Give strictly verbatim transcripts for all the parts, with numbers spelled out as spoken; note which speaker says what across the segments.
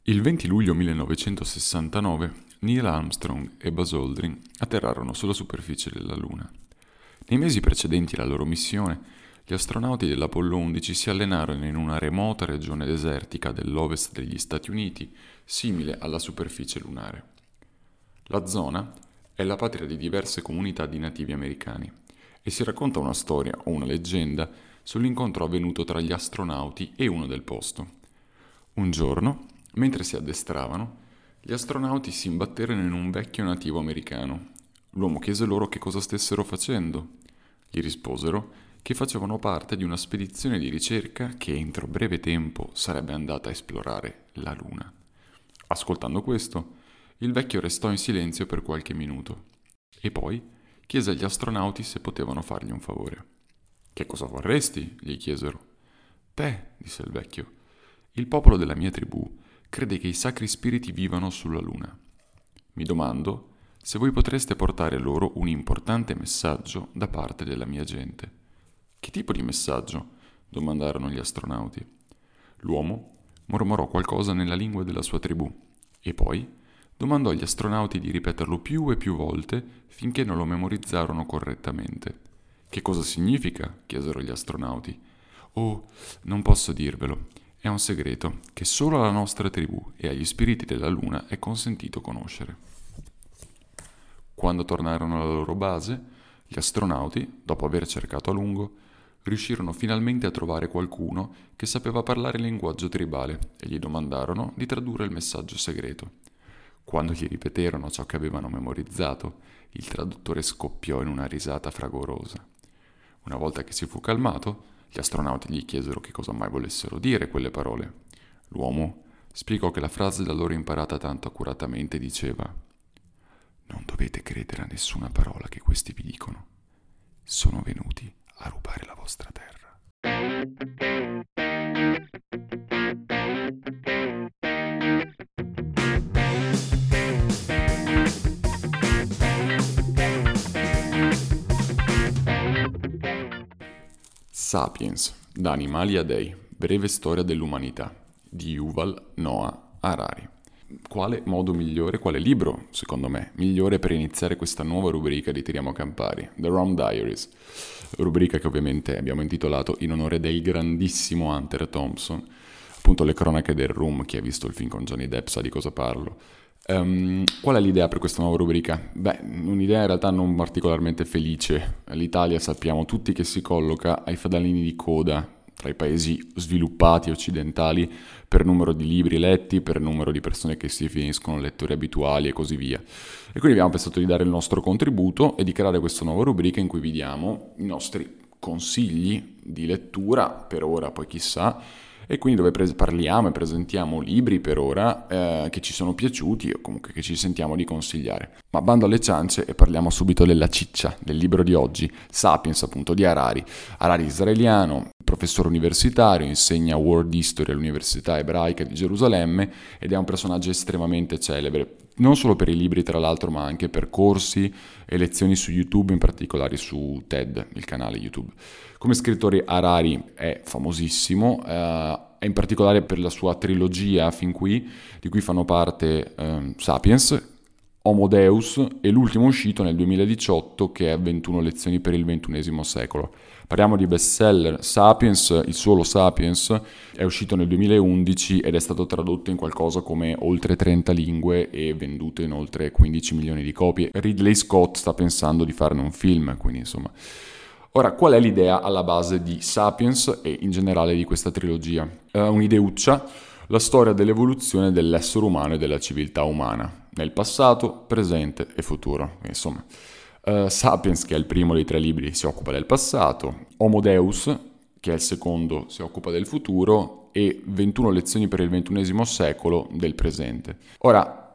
Speaker 1: Il venti luglio millenovecentosessantanove Neil Armstrong e Buzz Aldrin atterrarono sulla superficie della Luna. Nei mesi precedenti alla loro missione, gli astronauti dell'Apollo undici si allenarono in una remota regione desertica dell'ovest degli Stati Uniti, simile alla superficie lunare. La zona è la patria di diverse comunità di nativi americani e si racconta una storia o una leggenda sull'incontro avvenuto tra gli astronauti e uno del posto. Un giorno, mentre si addestravano, gli astronauti si imbatterono in un vecchio nativo americano. L'uomo chiese loro che cosa stessero facendo. Gli risposero che facevano parte di una spedizione di ricerca che entro breve tempo sarebbe andata a esplorare la Luna. Ascoltando questo, il vecchio restò in silenzio per qualche minuto e poi chiese agli astronauti se potevano fargli un favore. «Che cosa vorresti?» gli chiesero. «Beh», disse il vecchio, «il popolo della mia tribù crede che i sacri spiriti vivano sulla Luna. Mi domando se voi potreste portare loro un importante messaggio da parte della mia gente». «Che tipo di messaggio?» domandarono gli astronauti. L'uomo mormorò qualcosa nella lingua della sua tribù e poi domandò agli astronauti di ripeterlo più e più volte finché non lo memorizzarono correttamente. «Che cosa significa?» chiesero gli astronauti. «Oh, non posso dirvelo. È un segreto che solo alla nostra tribù e agli spiriti della Luna è consentito conoscere». Quando tornarono alla loro base, gli astronauti, dopo aver cercato a lungo, riuscirono finalmente a trovare qualcuno che sapeva parlare il linguaggio tribale e gli domandarono di tradurre il messaggio segreto. Quando gli ripeterono ciò che avevano memorizzato, il traduttore scoppiò in una risata fragorosa. Una volta che si fu calmato, gli astronauti gli chiesero che cosa mai volessero dire quelle parole. L'uomo spiegò che la frase da loro imparata tanto accuratamente diceva: «Non dovete credere a nessuna parola che questi vi dicono. Sono venuti a rubare la vostra terra». Sapiens, da animali a dei, breve storia dell'umanità, di Yuval Noah Harari. Quale modo migliore, quale libro, secondo me, migliore per iniziare questa nuova rubrica di Tiriamo Campari, The Rum Diaries, rubrica che ovviamente abbiamo intitolato in onore del grandissimo Hunter Thompson, appunto le cronache del rum. Chi ha visto il film con Johnny Depp sa di cosa parlo. Um, qual è l'idea per questa nuova rubrica? Beh, un'idea in realtà non particolarmente felice. L'Italia sappiamo tutti che si colloca ai fanalini di coda tra i paesi sviluppati occidentali per numero di libri letti, per numero di persone che si definiscono lettori abituali e così via. E quindi abbiamo pensato di dare il nostro contributo e di creare questa nuova rubrica in cui vi diamo i nostri consigli di lettura, per ora, poi chissà, e quindi dove pres- parliamo e presentiamo libri per ora eh, che ci sono piaciuti o comunque che ci sentiamo di consigliare. Ma bando alle ciance e parliamo subito della ciccia, del libro di oggi, Sapiens appunto di Harari. Harari israeliano, professore universitario, insegna World History all'Università Ebraica di Gerusalemme ed è un personaggio estremamente celebre, non solo per i libri tra l'altro, ma anche per corsi e lezioni su YouTube, in particolare su TED, il canale YouTube. Come scrittore Harari è famosissimo, eh, in particolare per la sua trilogia fin qui, di cui fanno parte eh, Sapiens, Homo Deus e l'ultimo uscito nel duemiladiciotto che è ventuno lezioni per il ventunesimo secolo. Parliamo di bestseller. Sapiens, il solo Sapiens, è uscito nel duemilaundici ed è stato tradotto in qualcosa come oltre trenta lingue e venduto in oltre quindici milioni di copie. Ridley Scott sta pensando di farne un film, quindi insomma. Ora, qual è l'idea alla base di Sapiens e in generale di questa trilogia? Uh, un'ideuccia, la storia dell'evoluzione dell'essere umano e della civiltà umana, nel passato, presente e futuro. Insomma, uh, Sapiens, che è il primo dei tre libri, si occupa del passato, Homo Deus, che è il secondo, si occupa del futuro, e ventuno lezioni per il ventunesimo secolo del presente. Ora,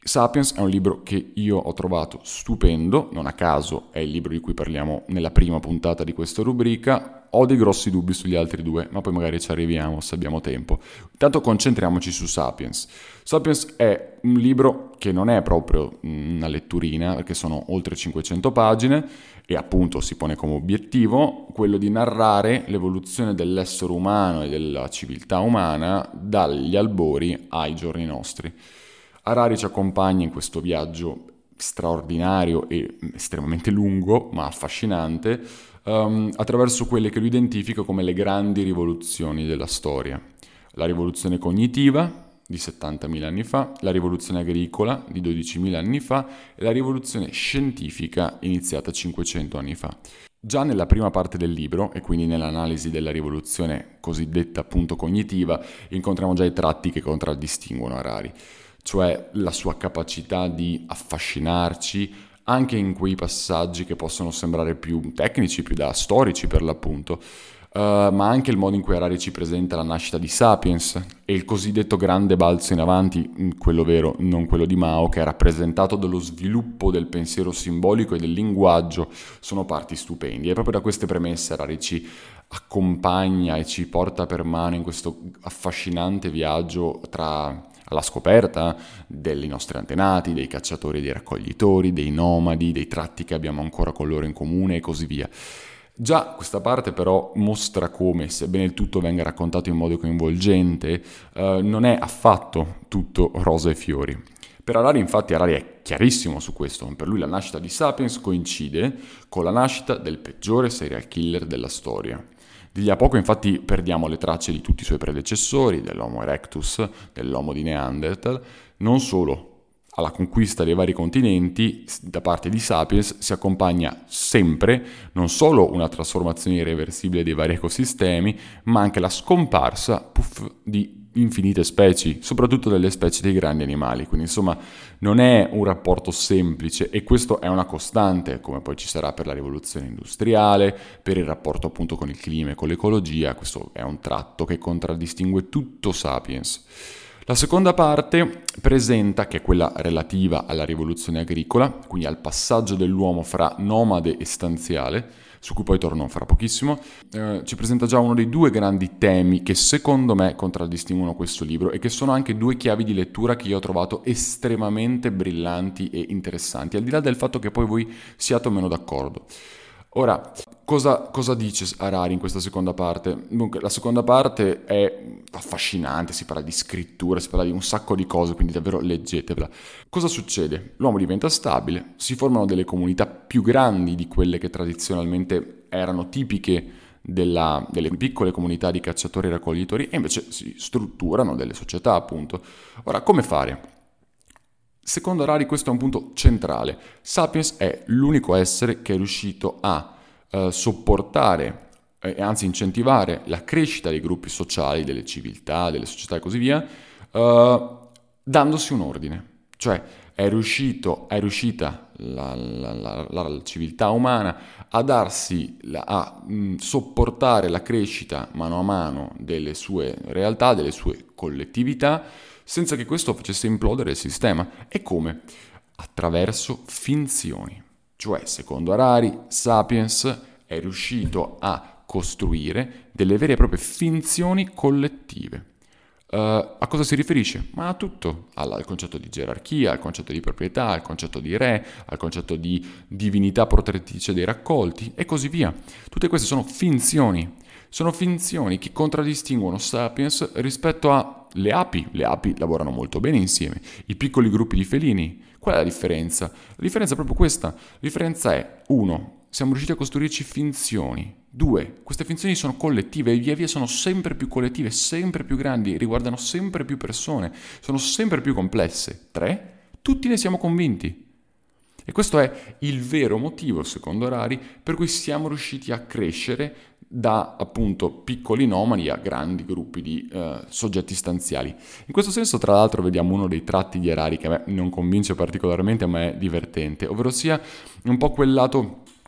Speaker 1: Sapiens è un libro che io ho trovato stupendo, non a caso è il libro di cui parliamo nella prima puntata di questa rubrica. Ho dei grossi dubbi sugli altri due, ma poi magari ci arriviamo se abbiamo tempo. Intanto concentriamoci su Sapiens. Sapiens è un libro che non è proprio una letturina, perché sono oltre cinquecento pagine e appunto si pone come obiettivo quello di narrare l'evoluzione dell'essere umano e della civiltà umana dagli albori ai giorni nostri. Harari ci accompagna in questo viaggio straordinario e estremamente lungo, ma affascinante, um, attraverso quelle che lui identifica come le grandi rivoluzioni della storia. La rivoluzione cognitiva di settantamila anni fa, la rivoluzione agricola di dodicimila anni fa e la rivoluzione scientifica iniziata cinquecento anni fa. Già nella prima parte del libro, e quindi nell'analisi della rivoluzione cosiddetta appunto cognitiva, incontriamo già i tratti che contraddistinguono Harari, cioè la sua capacità di affascinarci anche in quei passaggi che possono sembrare più tecnici, più da storici per l'appunto, uh, ma anche il modo in cui Harari ci presenta la nascita di Sapiens e il cosiddetto grande balzo in avanti, quello vero, non quello di Mao, che è rappresentato dallo sviluppo del pensiero simbolico e del linguaggio, sono parti stupendi. E proprio da queste premesse Harari ci accompagna e ci porta per mano in questo affascinante viaggio tra alla scoperta dei nostri antenati, dei cacciatori e dei raccoglitori, dei nomadi, dei tratti che abbiamo ancora con loro in comune e così via. Già questa parte però mostra come, sebbene il tutto venga raccontato in modo coinvolgente, eh, non è affatto tutto rose e fiori. Per Harari, infatti, Harari è chiarissimo su questo. Per lui la nascita di Sapiens coincide con la nascita del peggiore serial killer della storia. Di lì a poco infatti perdiamo le tracce di tutti i suoi predecessori, dell'Homo erectus, dell'Homo di Neanderthal. Non solo, alla conquista dei vari continenti da parte di Sapiens si accompagna sempre non solo una trasformazione irreversibile dei vari ecosistemi, ma anche la scomparsa puff, di infinite specie, soprattutto delle specie dei grandi animali. Quindi insomma non è un rapporto semplice e questo è una costante, come poi ci sarà per la rivoluzione industriale, per il rapporto appunto con il clima e con l'ecologia. Questo è un tratto che contraddistingue tutto Sapiens. La seconda parte presenta, che è quella relativa alla rivoluzione agricola, quindi al passaggio dell'uomo fra nomade e stanziale, su cui poi torno fra pochissimo, eh, ci presenta già uno dei due grandi temi che secondo me contraddistinguono questo libro e che sono anche due chiavi di lettura che io ho trovato estremamente brillanti e interessanti, al di là del fatto che poi voi siate o meno d'accordo. Ora, cosa, cosa dice Harari in questa seconda parte? Dunque, la seconda parte è affascinante, si parla di scrittura, si parla di un sacco di cose, quindi davvero leggetevela. Cosa succede? L'uomo diventa stabile, si formano delle comunità più grandi di quelle che tradizionalmente erano tipiche della, delle piccole comunità di cacciatori e raccoglitori e invece si strutturano delle società, appunto. Ora, come fare? Secondo Harari questo è un punto centrale. Sapiens è l'unico essere che è riuscito a eh, sopportare e eh, anzi incentivare la crescita dei gruppi sociali, delle civiltà, delle società e così via, eh, dandosi un ordine. Cioè è, riuscito, è riuscita la, la, la, la civiltà umana a darsi, a mh, sopportare la crescita mano a mano delle sue realtà, delle sue collettività, senza che questo facesse implodere il sistema. E come? Attraverso finzioni. Cioè, secondo Harari, Sapiens è riuscito a costruire delle vere e proprie finzioni collettive. Uh, a cosa si riferisce? Ma a tutto, al, al concetto di gerarchia, al concetto di proprietà, al concetto di re, al concetto di divinità protettrice dei raccolti e così via. Tutte queste sono finzioni. Sono finzioni che contraddistinguono Sapiens rispetto alle api. Le api lavorano molto bene insieme. I piccoli gruppi di felini. Qual è la differenza? La differenza è proprio questa. La differenza è, uno, siamo riusciti a costruirci finzioni. Due, queste finzioni sono collettive e via via sono sempre più collettive, sempre più grandi, riguardano sempre più persone, sono sempre più complesse. Tre, tutti ne siamo convinti. E questo è il vero motivo, secondo Harari, per cui siamo riusciti a crescere da appunto piccoli nomadi a grandi gruppi di eh, soggetti stanziali. In questo senso, tra l'altro, vediamo uno dei tratti di Harari che a me non convince particolarmente, ma è divertente, ovvero sia un po' quel lato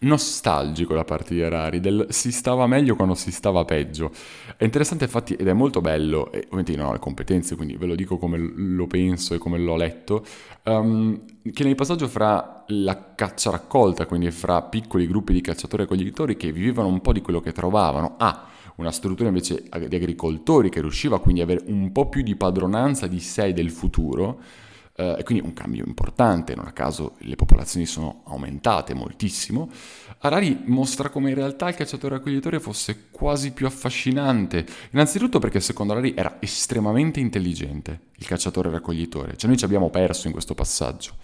Speaker 1: nostalgico da parte di Harari, del si stava meglio quando si stava peggio. È interessante infatti ed è molto bello, e ovviamente io non ho le competenze, quindi ve lo dico come lo penso e come l'ho letto, ehm, che nel passaggio fra la caccia raccolta, quindi fra piccoli gruppi di cacciatori e raccoglitori che vivevano un po' di quello che trovavano, a una struttura invece di agricoltori che riusciva quindi ad avere un po' più di padronanza di sé e del futuro, eh, e quindi un cambio importante, non a caso le popolazioni sono aumentate moltissimo. Harari mostra come in realtà il cacciatore-raccoglitore fosse quasi più affascinante, innanzitutto perché secondo Harari era estremamente intelligente il cacciatore-raccoglitore, cioè noi ci abbiamo perso in questo passaggio.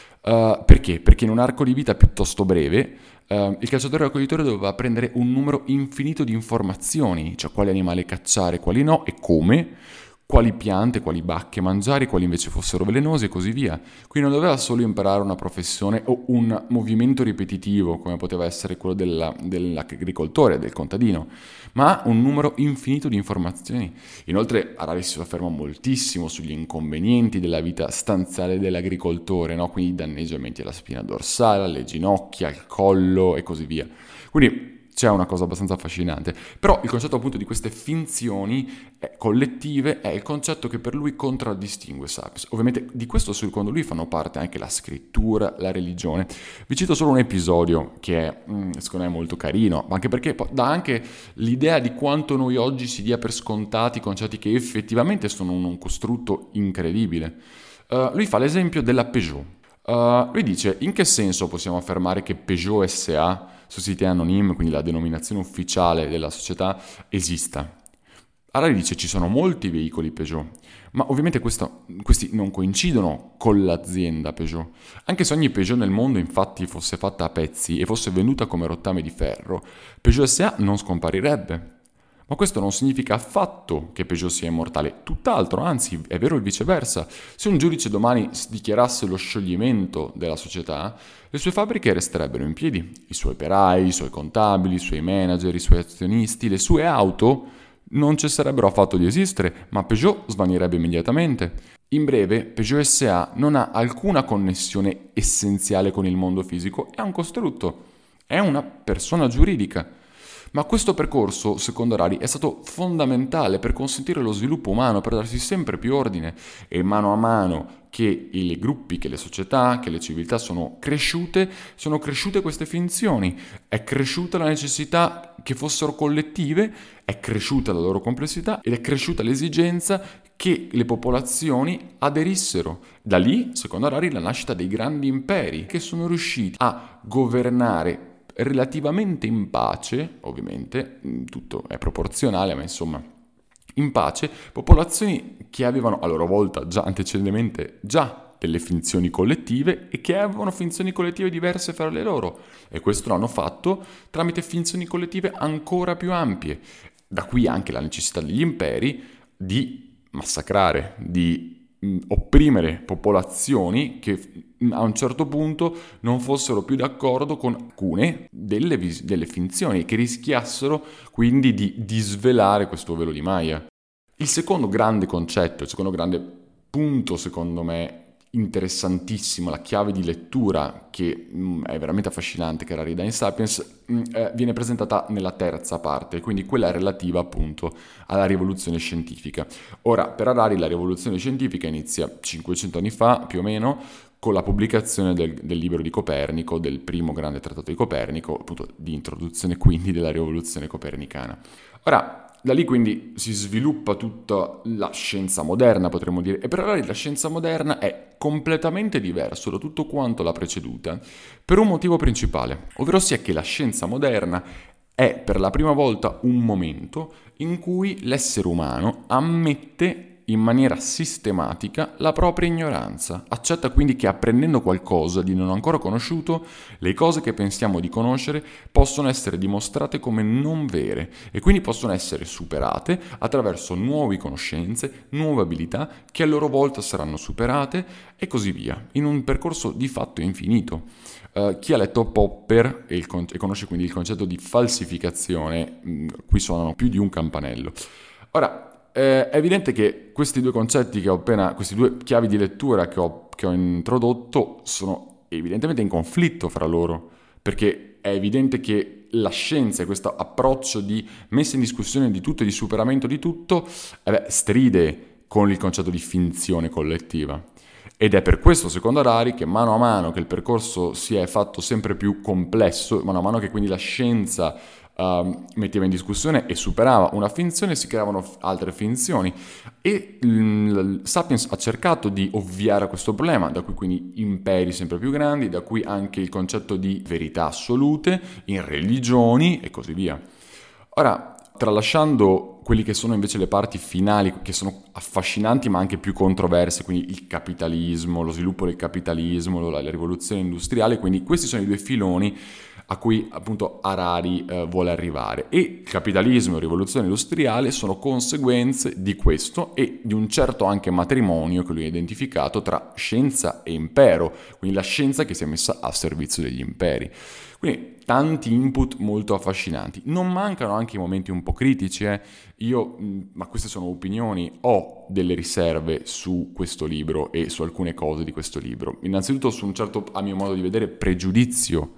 Speaker 1: Uh, perché? Perché in un arco di vita piuttosto breve uh, il cacciatore-raccoglitore doveva prendere un numero infinito di informazioni, cioè quali animali cacciare, quali no e come, quali piante, quali bacche mangiare, quali invece fossero velenose e così via. Quindi non doveva solo imparare una professione o un movimento ripetitivo come poteva essere quello della, dell'agricoltore, del contadino, ma un numero infinito di informazioni. Inoltre Harari si sofferma moltissimo sugli inconvenienti della vita stanziale dell'agricoltore, no? Quindi i danneggiamenti alla spina dorsale, alle ginocchia, al collo e così via. Quindi c'è una cosa abbastanza affascinante, però il concetto appunto di queste finzioni eh, collettive è il concetto che per lui contraddistingue Sapiens. Ovviamente di questo secondo lui fanno parte anche la scrittura, la religione. Vi cito solo un episodio che è, mm, secondo me, molto carino, anche perché dà anche l'idea di quanto noi oggi si dia per scontati concetti che effettivamente sono un costrutto incredibile. Uh, lui fa l'esempio della Peugeot. Uh, lui dice: in che senso possiamo affermare che Peugeot S A, Société Anonyme, quindi la denominazione ufficiale della società, esista? Allora dice: ci sono molti veicoli Peugeot, ma ovviamente questo, questi non coincidono con l'azienda Peugeot. Anche se ogni Peugeot nel mondo infatti fosse fatta a pezzi e fosse venduta come rottame di ferro, Peugeot S A non scomparirebbe. Ma questo non significa affatto che Peugeot sia immortale, tutt'altro, anzi è vero il viceversa. Se un giudice domani dichiarasse lo scioglimento della società, le sue fabbriche resterebbero in piedi, i suoi operai, i suoi contabili, i suoi manager, i suoi azionisti, le sue auto non cesserebbero affatto di esistere, ma Peugeot svanirebbe immediatamente. In breve, Peugeot S A non ha alcuna connessione essenziale con il mondo fisico, è un costrutto, è una persona giuridica. Ma questo percorso, secondo Harari, è stato fondamentale per consentire lo sviluppo umano, per darsi sempre più ordine, e mano a mano che i gruppi, che le società, che le civiltà sono cresciute, sono cresciute queste finzioni, è cresciuta la necessità che fossero collettive, è cresciuta la loro complessità ed è cresciuta l'esigenza che le popolazioni aderissero. Da lì, secondo Harari, la nascita dei grandi imperi che sono riusciti a governare relativamente in pace, ovviamente, tutto è proporzionale, ma insomma, in pace, popolazioni che avevano a loro volta già antecedentemente già delle finzioni collettive e che avevano finzioni collettive diverse fra le loro, e questo l'hanno fatto tramite finzioni collettive ancora più ampie. Da qui anche la necessità degli imperi di massacrare, di opprimere popolazioni che a un certo punto non fossero più d'accordo con alcune delle, vis- delle finzioni, che rischiassero quindi di disvelare questo velo di Maya. Il secondo grande concetto, il secondo grande punto, secondo me, interessantissimo, la chiave di lettura che mh, è veramente affascinante, che Harari dà in Sapiens, mh, eh, viene presentata nella terza parte, quindi quella relativa appunto alla rivoluzione scientifica. Ora, per Harari la rivoluzione scientifica inizia cinquecento anni fa, più o meno, con la pubblicazione del, del libro di Copernico, del primo grande trattato di Copernico, appunto di introduzione quindi della rivoluzione copernicana. Ora, da lì quindi si sviluppa tutta la scienza moderna, potremmo dire, e per Harari la scienza moderna è completamente diverso da tutto quanto l'ha preceduta per un motivo principale, ovvero sia che la scienza moderna è per la prima volta un momento in cui l'essere umano ammette in maniera sistematica la propria ignoranza, accetta quindi che apprendendo qualcosa di non ancora conosciuto, le cose che pensiamo di conoscere possono essere dimostrate come non vere e quindi possono essere superate attraverso nuove conoscenze, nuove abilità che a loro volta saranno superate e così via, in un percorso di fatto infinito. Uh, chi ha letto Popper e, il con- e conosce quindi il concetto di falsificazione, mh, qui suonano più di un campanello. Ora, è evidente che questi due concetti che ho appena, queste due chiavi di lettura che ho, che ho introdotto sono evidentemente in conflitto fra loro, perché è è evidente che la scienza e questo approccio di messa in discussione di tutto e di superamento di tutto eh beh, stride con il concetto di finzione collettiva. Ed è per questo, secondo Harari, che mano a mano che il percorso si è fatto sempre più complesso, mano a mano che quindi la scienza uh, metteva in discussione e superava una finzione, si creavano f- altre finzioni. E il Sapiens ha cercato di ovviare a questo problema, da cui quindi imperi sempre più grandi, da cui anche il concetto di verità assolute in religioni e così via. Ora, tralasciando quelli che sono invece le parti finali, che sono affascinanti ma anche più controverse, quindi il capitalismo, lo sviluppo del capitalismo, la, la rivoluzione industriale, quindi questi sono i due filoni a cui appunto Harari eh, vuole arrivare. E il capitalismo e la rivoluzione industriale sono conseguenze di questo e di un certo anche matrimonio che lui ha identificato tra scienza e impero, quindi la scienza che si è messa a servizio degli imperi. Quindi tanti input molto affascinanti. Non mancano anche i momenti un po' critici, eh. Io, ma queste sono opinioni, ho delle riserve su questo libro e su alcune cose di questo libro. Innanzitutto su un certo, a mio modo di vedere, pregiudizio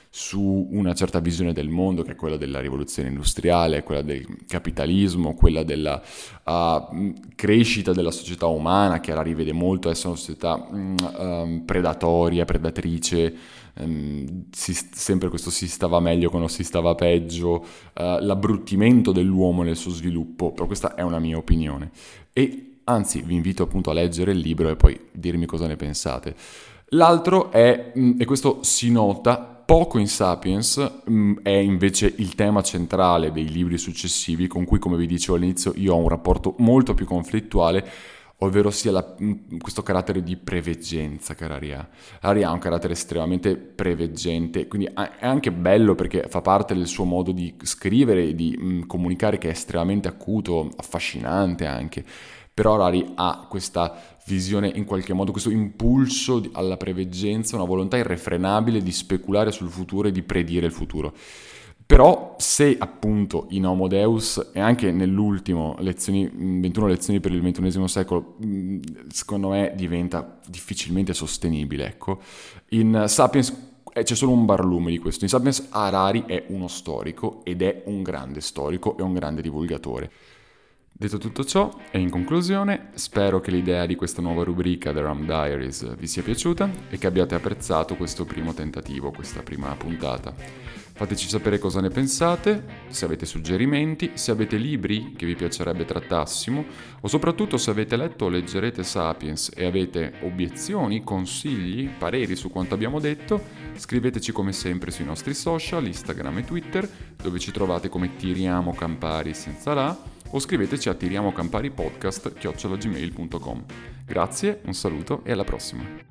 Speaker 1: su una certa visione del mondo, che è quella della rivoluzione industriale, quella del capitalismo, quella della uh, crescita della società umana, che Harari vede molto essere una società um, um, predatoria, predatrice, um, si, sempre questo si stava meglio quando si stava peggio, uh, l'abbruttimento dell'uomo nel suo sviluppo, però questa è una mia opinione. E anzi, vi invito appunto a leggere il libro e poi dirmi cosa ne pensate. L'altro è, e questo si nota poco in Sapiens, è invece il tema centrale dei libri successivi, con cui, come vi dicevo all'inizio, io ho un rapporto molto più conflittuale, ovvero sia la, questo carattere di preveggenza che Harari ha. Harari ha un carattere estremamente preveggente, quindi è anche bello perché fa parte del suo modo di scrivere e di mh, comunicare, che è estremamente acuto, affascinante anche. Però Harari ha questa visione, in qualche modo, questo impulso alla preveggenza, una volontà irrefrenabile di speculare sul futuro e di predire il futuro. Però se appunto in Homo Deus e anche nell'ultimo, lezioni, ventuno lezioni per il ventunesimo secolo, secondo me diventa difficilmente sostenibile, ecco. In Sapiens c'è solo un barlume di questo. In Sapiens Harari è uno storico ed è un grande storico e un grande divulgatore. Detto tutto ciò, e in conclusione, spero che l'idea di questa nuova rubrica The Rum Diaries vi sia piaciuta e che abbiate apprezzato questo primo tentativo, questa prima puntata. Fateci sapere cosa ne pensate, se avete suggerimenti, se avete libri che vi piacerebbe trattassimo, o soprattutto se avete letto o leggerete Sapiens e avete obiezioni, consigli, pareri su quanto abbiamo detto, scriveteci come sempre sui nostri social, Instagram e Twitter, dove ci trovate come Tiriamo Campari senza la, o scriveteci a tiriamocamparipodcast chiocciola gmail punto com. Grazie, un saluto e alla prossima.